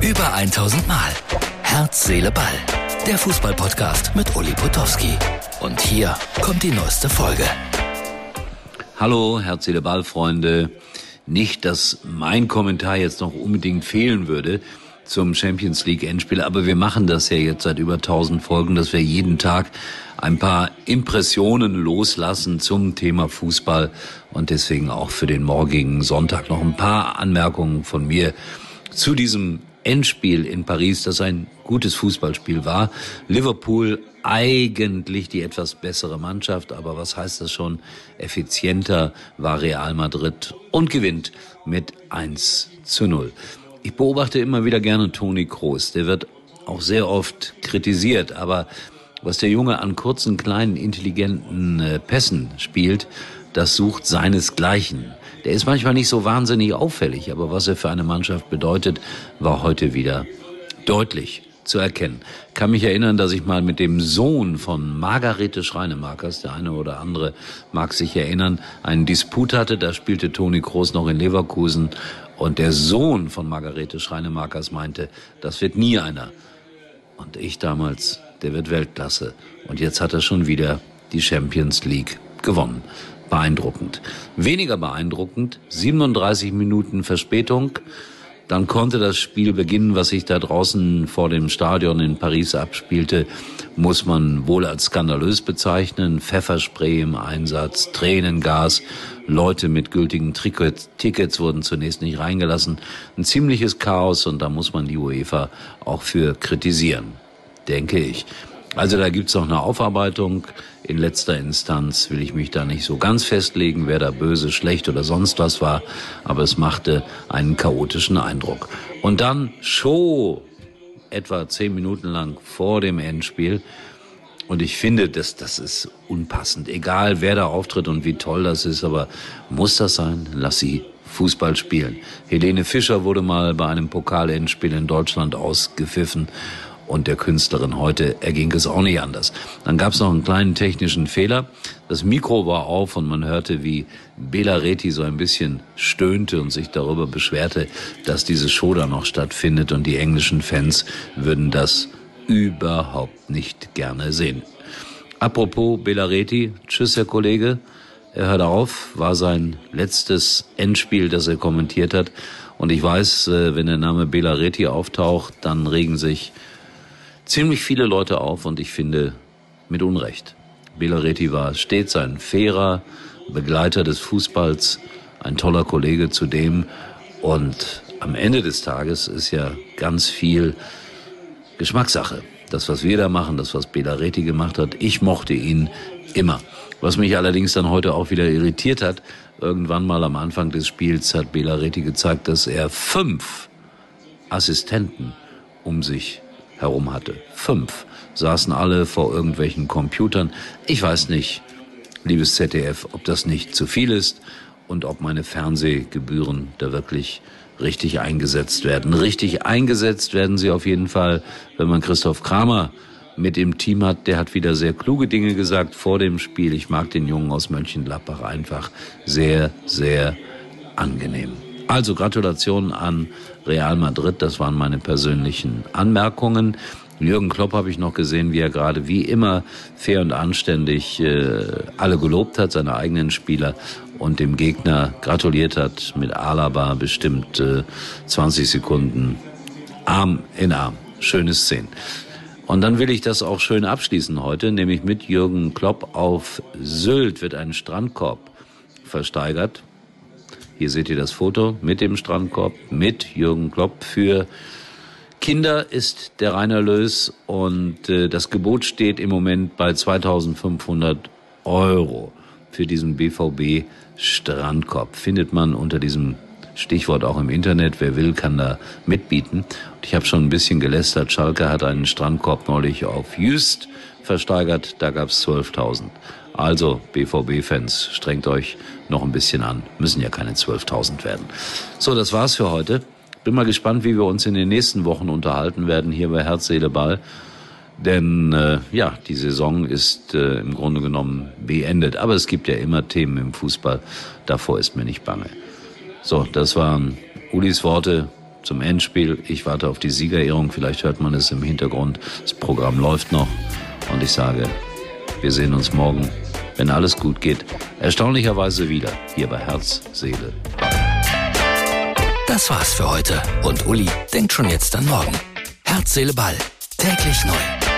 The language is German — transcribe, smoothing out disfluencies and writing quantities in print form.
Über 1000 Mal. Herz, Seele, Ball. Der Fußballpodcast mit Uli Potowski. Und hier kommt die neueste Folge. Hallo, Herz, Seele, Ball, Freunde. Nicht, dass mein Kommentar jetzt noch unbedingt fehlen würde zum Champions League Endspiel, aber wir machen das ja jetzt seit über 1000 Folgen, dass wir jeden Tag ein paar Impressionen loslassen zum Thema Fußball und deswegen auch für den morgigen Sonntag noch ein paar Anmerkungen von mir zu diesem Endspiel in Paris, das ein gutes Fußballspiel war. Liverpool eigentlich die etwas bessere Mannschaft, aber was heißt das schon? Effizienter war Real Madrid und gewinnt mit 1:0. Ich beobachte immer wieder gerne Toni Kroos. Der wird auch sehr oft kritisiert, aber was der Junge an kurzen, kleinen, intelligenten Pässen spielt, das sucht seinesgleichen. Der ist manchmal nicht so wahnsinnig auffällig, aber was er für eine Mannschaft bedeutet, war heute wieder deutlich zu erkennen. Ich kann mich erinnern, dass ich mal mit dem Sohn von Margarete Schreinemakers, der eine oder andere mag sich erinnern, einen Disput hatte. Da spielte Toni Kroos noch in Leverkusen und der Sohn von Margarete Schreinemakers meinte, das wird nie einer. Und ich damals, der wird Weltklasse. Und jetzt hat er schon wieder die Champions League gewonnen. Beeindruckend. Weniger beeindruckend, 37 Minuten Verspätung. Dann konnte das Spiel beginnen, was sich da draußen vor dem Stadion in Paris abspielte, muss man wohl als skandalös bezeichnen. Pfefferspray im Einsatz, Tränengas, Leute mit gültigen Tickets wurden zunächst nicht reingelassen. Ein ziemliches Chaos und da muss man die UEFA auch für kritisieren, denke ich. Also da gibt's noch eine Aufarbeitung. In letzter Instanz will ich mich da nicht so ganz festlegen, wer da böse, schlecht oder sonst was war. Aber es machte einen chaotischen Eindruck. Und dann Show, etwa 10 Minuten lang vor dem Endspiel. Und ich finde, das ist unpassend. Egal, wer da auftritt und wie toll das ist, aber muss das sein? Lass sie Fußball spielen. Helene Fischer wurde mal bei einem Pokalendspiel in Deutschland ausgepfiffen. Und der Künstlerin heute erging es auch nicht anders. Dann gab es noch einen kleinen technischen Fehler. Das Mikro war auf und man hörte, wie Bela Reti so ein bisschen stöhnte und sich darüber beschwerte, dass diese Show da noch stattfindet und die englischen Fans würden das überhaupt nicht gerne sehen. Apropos Bela Reti, tschüss Herr Kollege, er hört auf, war sein letztes Endspiel, das er kommentiert hat. Und ich weiß, wenn der Name Bela Reti auftaucht, dann regen sich ziemlich viele Leute auf und ich finde mit Unrecht. Bela Reti war stets ein fairer Begleiter des Fußballs, ein toller Kollege zudem und am Ende des Tages ist ja ganz viel Geschmackssache. Das, was wir da machen, das, was Bela Reti gemacht hat, ich mochte ihn immer. Was mich allerdings dann heute auch wieder irritiert hat, irgendwann mal am Anfang des Spiels hat Bela Reti gezeigt, dass er 5 Assistenten um sich herum hatte. 5 saßen alle vor irgendwelchen Computern. Ich weiß nicht, liebes ZDF, ob das nicht zu viel ist und ob meine Fernsehgebühren da wirklich richtig eingesetzt werden. Richtig eingesetzt werden sie auf jeden Fall, wenn man Christoph Kramer mit im Team hat. Der hat wieder sehr kluge Dinge gesagt vor dem Spiel. Ich mag den Jungen aus Mönchengladbach einfach sehr, sehr angenehm. Also Gratulation an Real Madrid, das waren meine persönlichen Anmerkungen. Jürgen Klopp habe ich noch gesehen, wie er gerade wie immer fair und anständig alle gelobt hat, seine eigenen Spieler und dem Gegner gratuliert hat mit Alaba bestimmt 20 Sekunden Arm in Arm. Schöne Szene. Und dann will ich das auch schön abschließen heute, nämlich mit Jürgen Klopp auf Sylt wird ein Strandkorb versteigert. Hier seht ihr das Foto mit dem Strandkorb, mit Jürgen Klopp. Für Kinder ist der Reinerlös und das Gebot steht im Moment bei 2.500 € für diesen BVB-Strandkorb. Findet man unter diesem Stichwort auch im Internet. Wer will, kann da mitbieten. Und ich habe schon ein bisschen gelästert. Schalke hat einen Strandkorb neulich auf Jüst versteigert. Da gab es 12.000. Also, BVB-Fans, strengt euch noch ein bisschen an. Müssen ja keine 12.000 werden. So, das war's für heute. Bin mal gespannt, wie wir uns in den nächsten Wochen unterhalten werden hier bei Herz, Seele, Ball. Denn die Saison ist im Grunde genommen beendet. Aber es gibt ja immer Themen im Fußball. Davor ist mir nicht bange. So, das waren Ulis Worte zum Endspiel. Ich warte auf die Siegerehrung. Vielleicht hört man es im Hintergrund. Das Programm läuft noch. Und ich sage, wir sehen uns morgen, wenn alles gut geht, erstaunlicherweise wieder hier bei Herz, Seele, Ball. Das war's für heute. Und Uli denkt schon jetzt an morgen. Herz, Seele, Ball. Täglich neu.